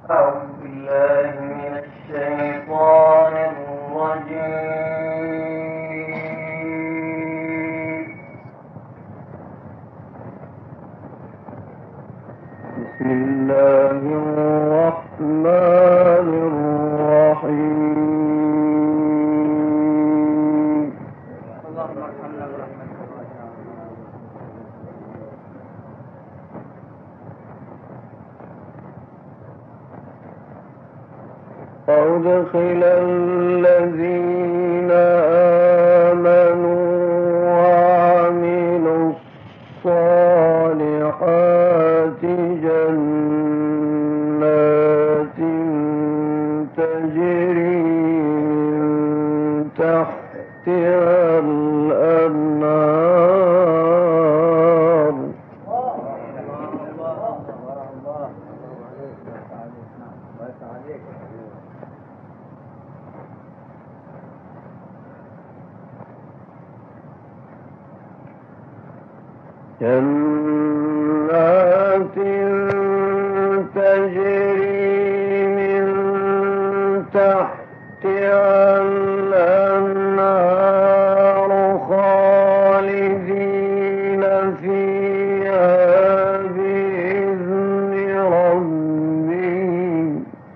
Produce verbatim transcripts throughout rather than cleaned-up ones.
أعوذ بالله من الشيطان الرجيم. بسم الله الرحمن الرحيم. اللهم ارحمنا برحمتك. وأدخل الذين آمنوا وعملوا الصالحات جنات تجري من تحتها الأنهار. جنات تجري من تحتها الأنهار خالدين فيها بإذن ربهم.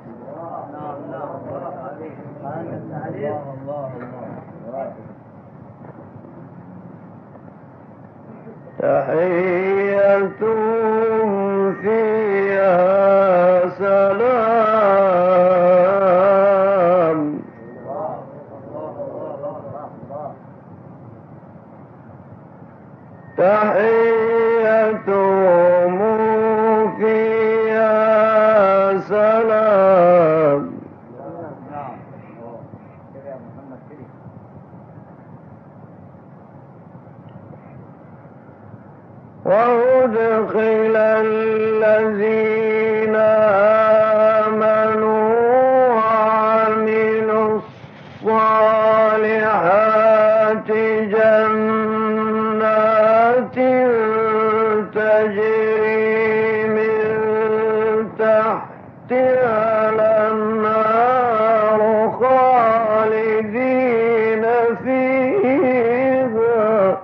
تحيتهم فيها سلام. تحيتهم فيها سلام. وأدخل الذين آمنوا وعملوا الصالحات جنات تجري من تحتها الأنهار خالدين فيها.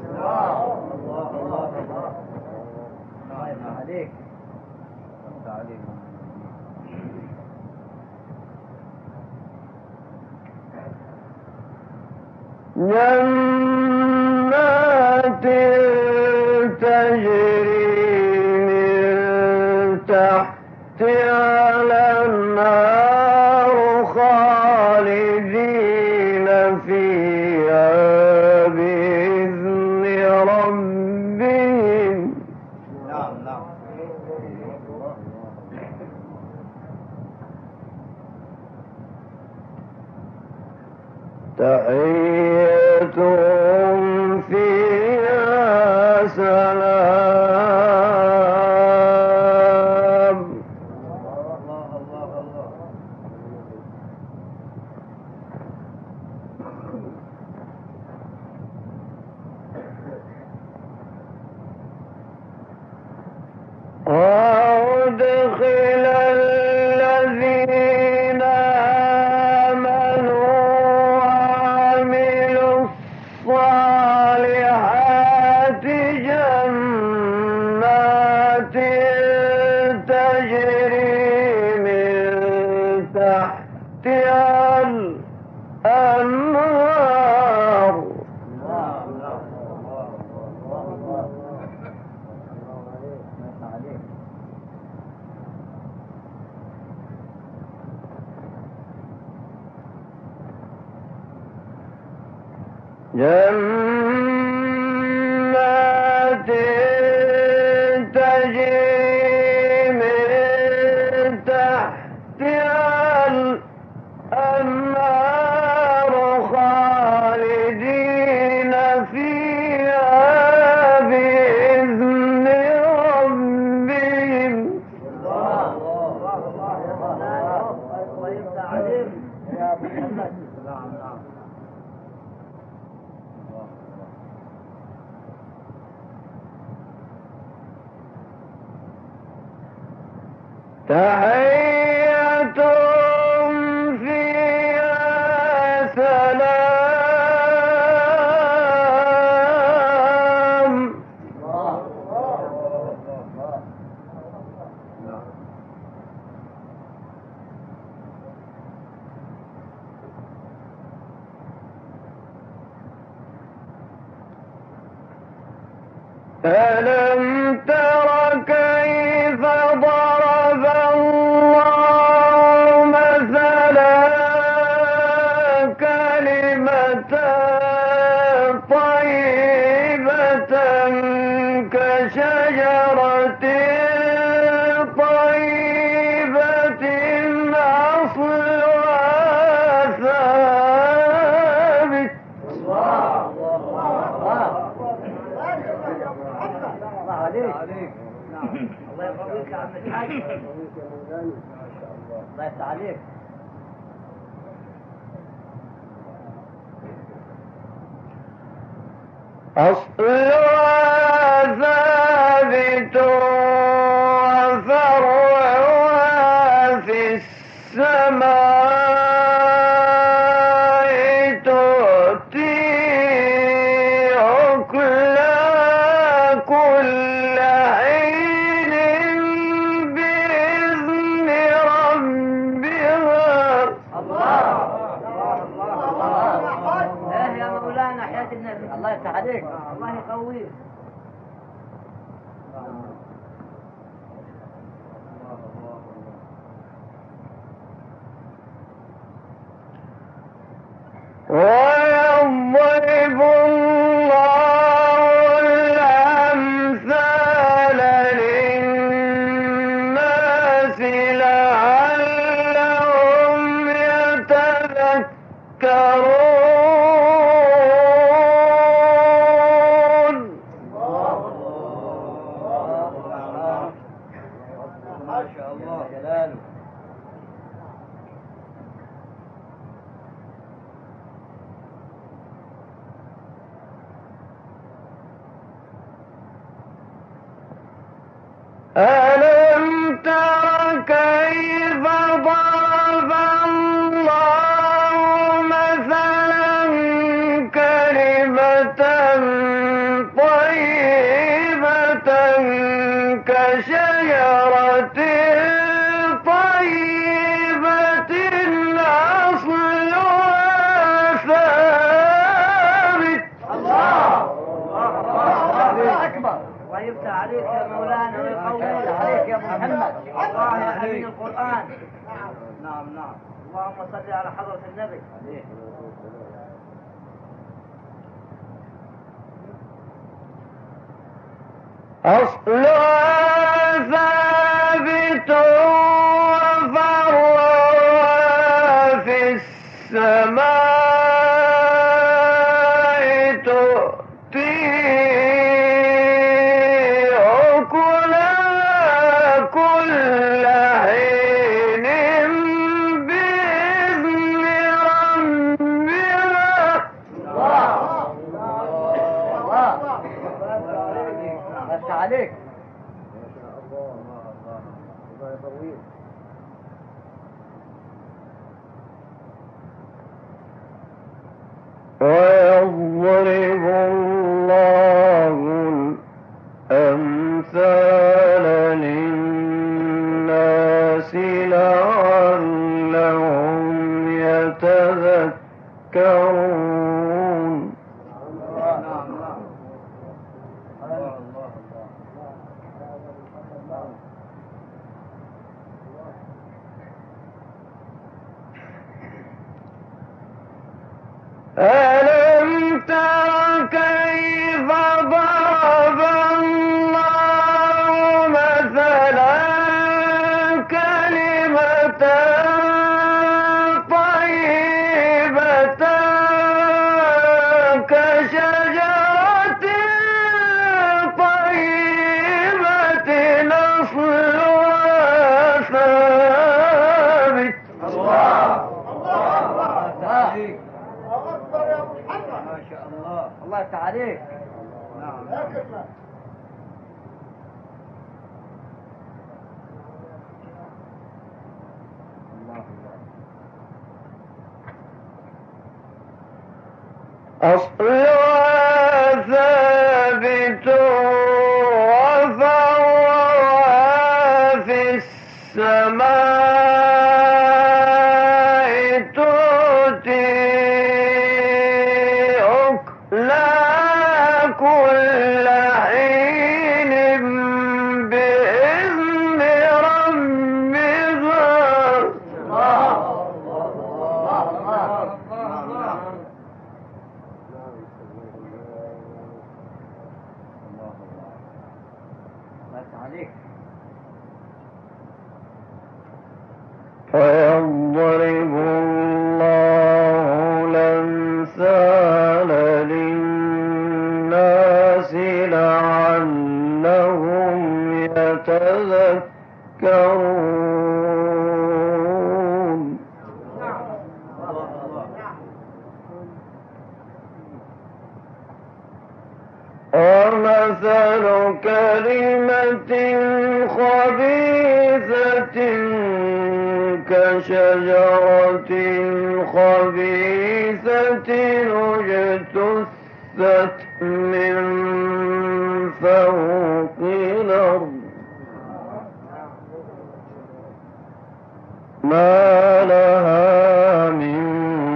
جنات تجري من تحتها الأنهار خالدين فيها بإذن ربهم. تحيتهم فيها سلام. وأدخل الذين آمنوا وعملوا الصالحات جنات تجري من تحتها الأنهار. جنات تجري من تحتها الأنهار خالدين فيها بإذن ربهم. تحية ألم تر كيف ضرب الله مثلا كلمة طيبة كشجرة طيبة أصلها ثابت. الله يقويك يا عم الحاج. الله يفتح عليك. أصلها ثابت وفرعها في السماء تؤتي أكلها كل حين بإذن ربها. ايه يا مولانا حياة النبي. الله يفتح عليك. الله يقويك. ويضرب الله الأمثال للناس لعلهم يتذكرون. ما شاء الله جلاله. ألم تر كيف ضرب الله مثلا كلمة طيبة كشجرة طيبة أصلها ثابت. الله أكبر. الله يفتح عليك يا مولانا ويقويك عليك يا محمد. الله يا أمين القرآن. نعم نعم. اللهم صل على حضرة النبي. أصلها ثابت وفرعها في السماء تؤتي أكلها كل حين بإذن ربها. الله عليك. ويضرب الله الأمثال للناس لعلهم يتذكرون. ألم تر كيف ضرب الله مثلا كلمة طيبة كشجرة طيبة أصلها ثابت. ما شاء الله. الله يفتح عليك. نعم. أصلها ثابت وفرعها في السماء تؤتي أكلها كل حين ويضرب الله الأمثال للناس لعلهم يتذكرون. ومثل كلمة خبيثة كشجرة خبيثة اجتثت من فوق الأرض ما لها من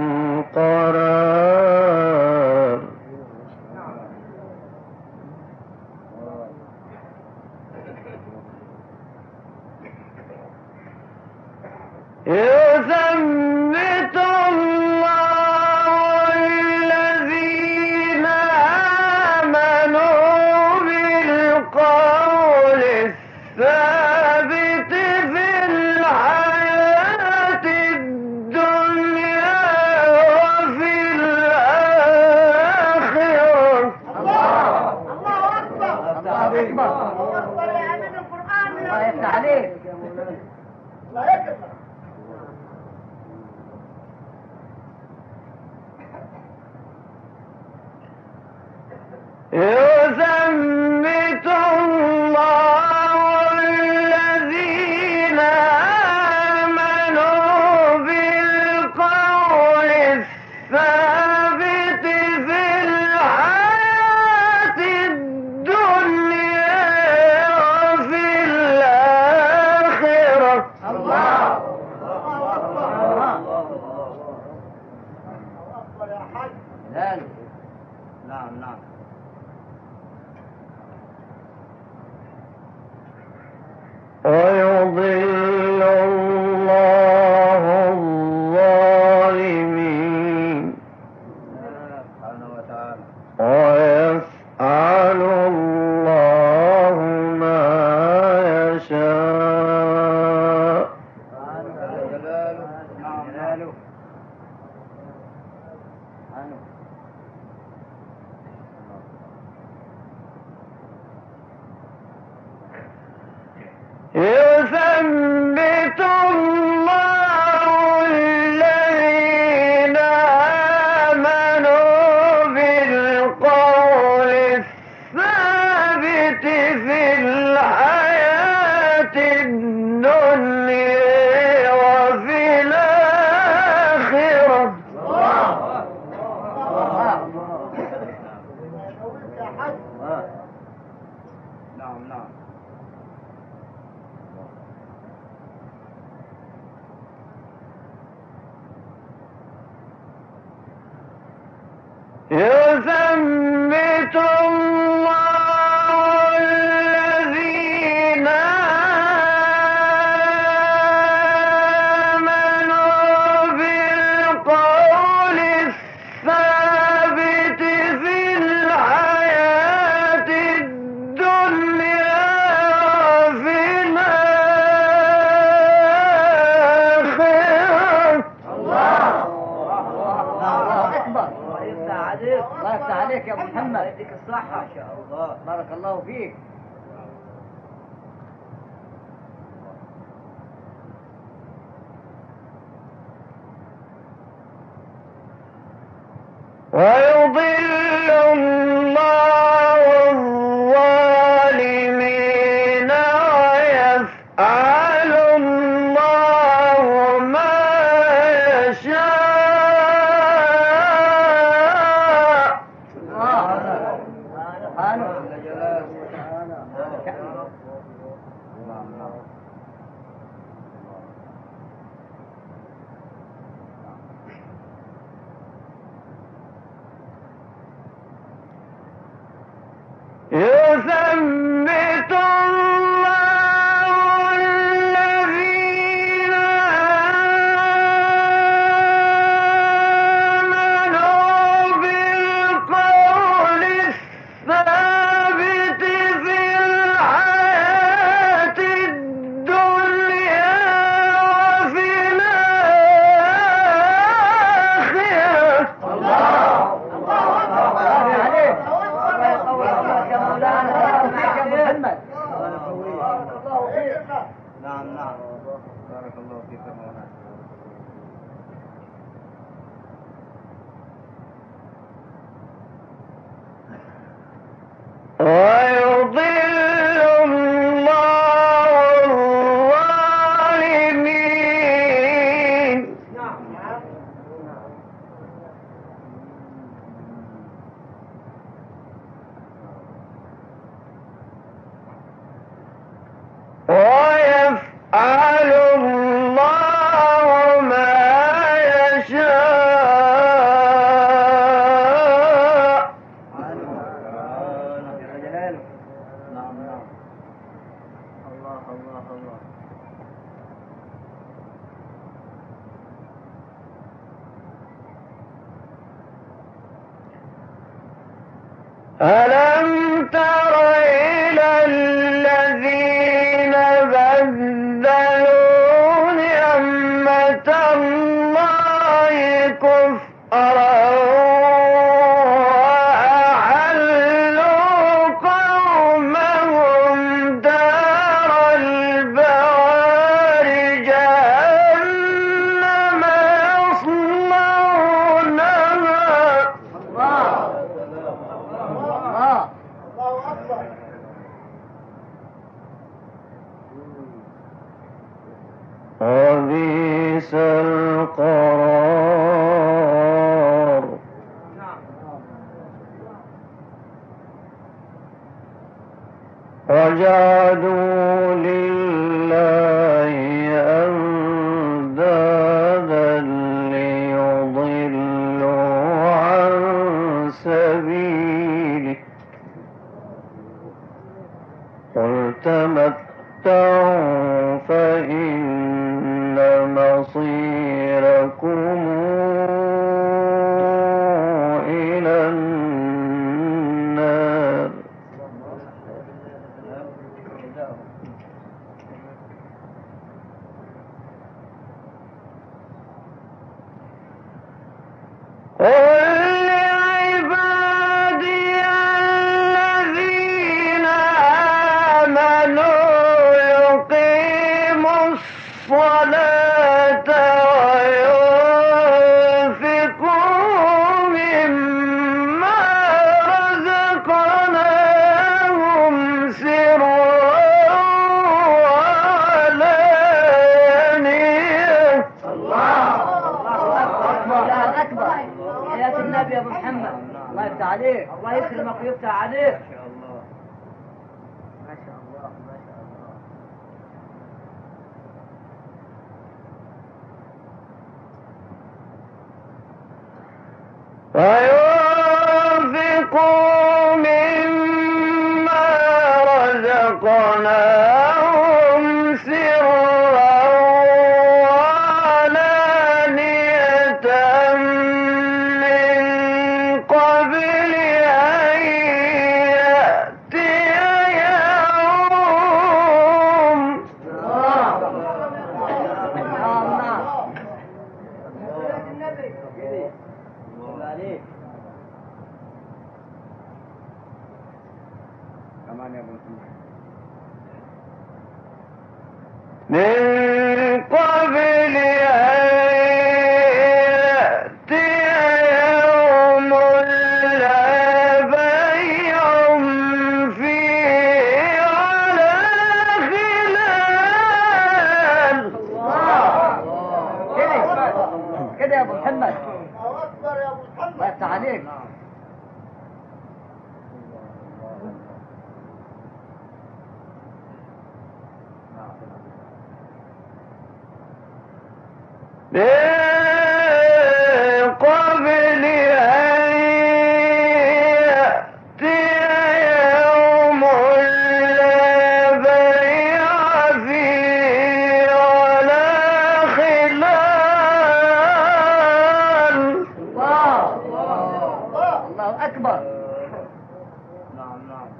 قرار. يثبت الله الذين آمنوا بالقول الثابت في الحياة الدنيا وفي الآخرة. الله أكبر. الله أكبر. الله يفتح عليك. الله يكبر. يثبت الله الذين آمنوا بالقول الثابت في الحياة الدنيا وفي الآخرة. الله نعم نعم نعم. ويضل الله الظالمين سبحانه وتعالى ويفعل الله ما يشاء. جلاله نعم جلاله. يثبت الله الذين آمنوا بالقول الثابت في الحياة الدنيا وفي الآخرة. نعم نعم. يثبت الله الذين آمنوا بالقول الثابت في الحياة الدنيا وفي الآخرة. الله أكبر. الله يفتح عليك. الله يفتح عليك يا أبو محمد. يديك الصحة. ما شاء الله. بارك الله فيك. ويضل الله الظالمين ويفعل الله ما يشاء. سبحانه ويضل الله الظالمين ويفعل الله ما يشاء نعم نعم الله الله الله ألم تر إلى الذين بدلوا نعمة الله كفرا وأحلوا قومهم دار البوار جهنم يصلونها وبئس القرار وجعلوا لله أندادا ليضلوا عن سبيله قل تمتعوا فإن مصيركم إلى النار قل لعبادي الذين آمنوا يقيموا الصلاة وينفقوا مما رزقناهم سرا وعلانية الله أكبر حياة النبي يا أبو محمد الله يفتح عليك الله يكرمك ويفتح عليك ما شاء الله ما شاء الله ما شاء الله وينفقوا مما رزقناهم سرا وعلانية من قبل أن يأتي يوم من قبل أن يأتي يوم لا بيع فيه ولا خلال كده كده يا ابو محمد الله يفتح عليك من قبل أن يأتي يوم لا بيع فيه ولا خلال الله الله اكبر نعم نعم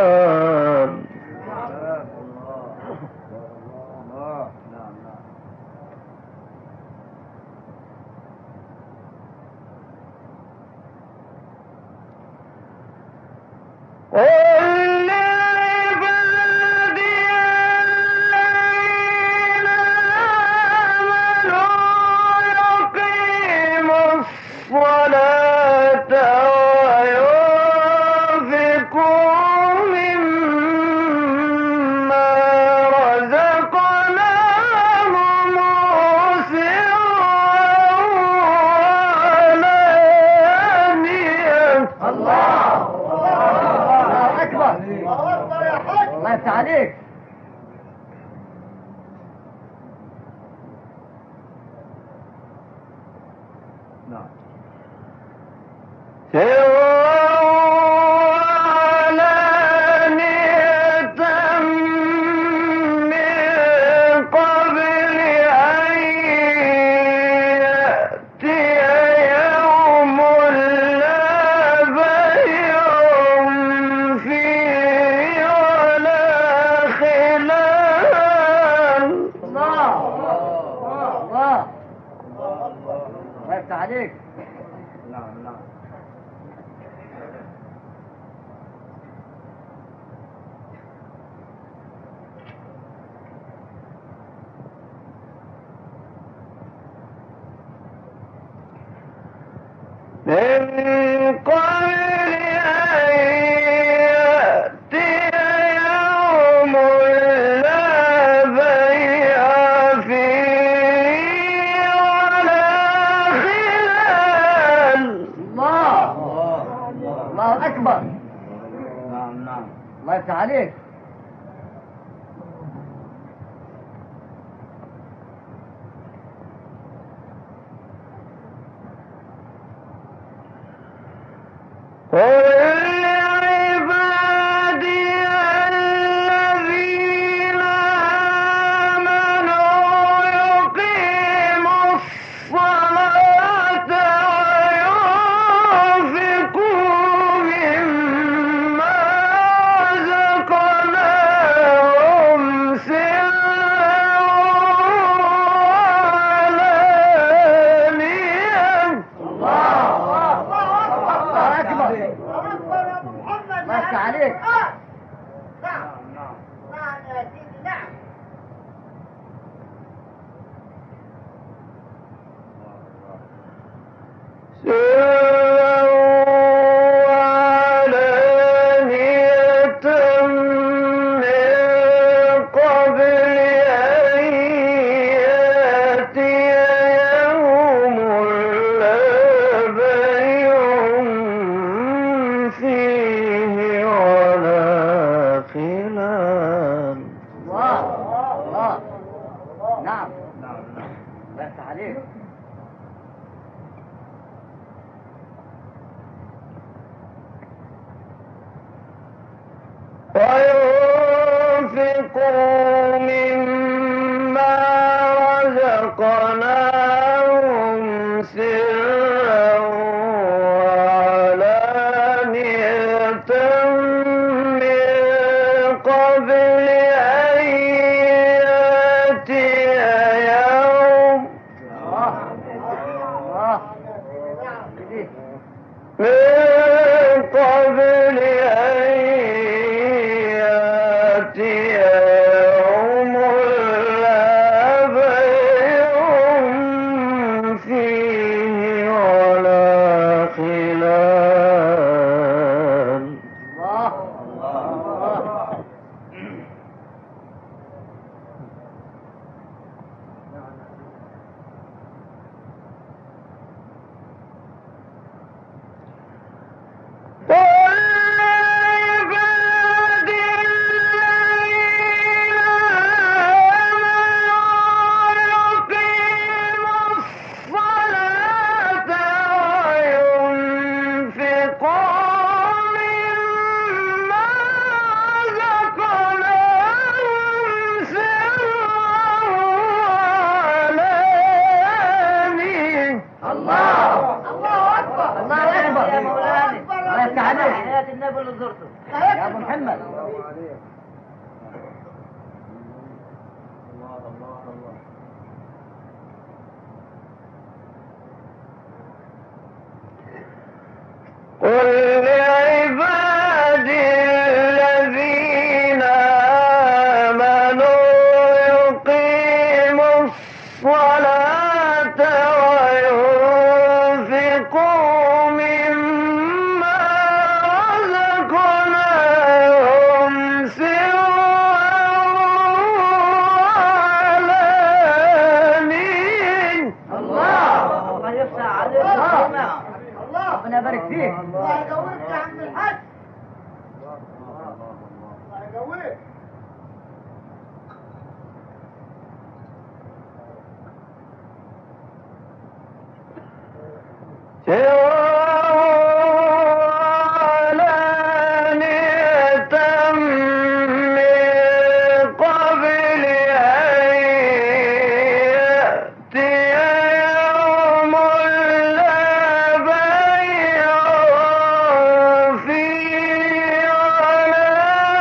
عليك. نعم. عليك. نعم نعم. من قبل أن يأتي يوم لا بيع فيه ولا خلال. الله الله أكبر. نعم نعم. الله يفتح عليك. وينفقوا مما رزقناهم سرا وعلانية من قبل أن يأتي يوم من قبل أن يأتي يوم لا بيع فيه ولا خلال. الله الله. وينفقوا مما رزقناهم الله الله الله. قل لعبادي الذين آمنوا يقيموا الصلاة وينفقوا مما رزقناهم سرا وعلانية. الله الله يفتح عليك. ربنا يبارك فيك. الله يقويك يا عم الحاج. الله يقويك. علانية من قبل أن يأتي يوم لا بيع فيه ولا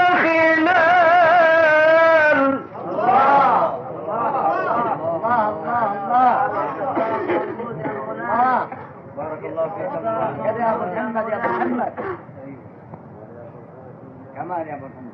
خلال. الله الله الله الله. بارك الله فيك. كده يا ابو محمد يا ابو محمد. كمان يا ابو محمد.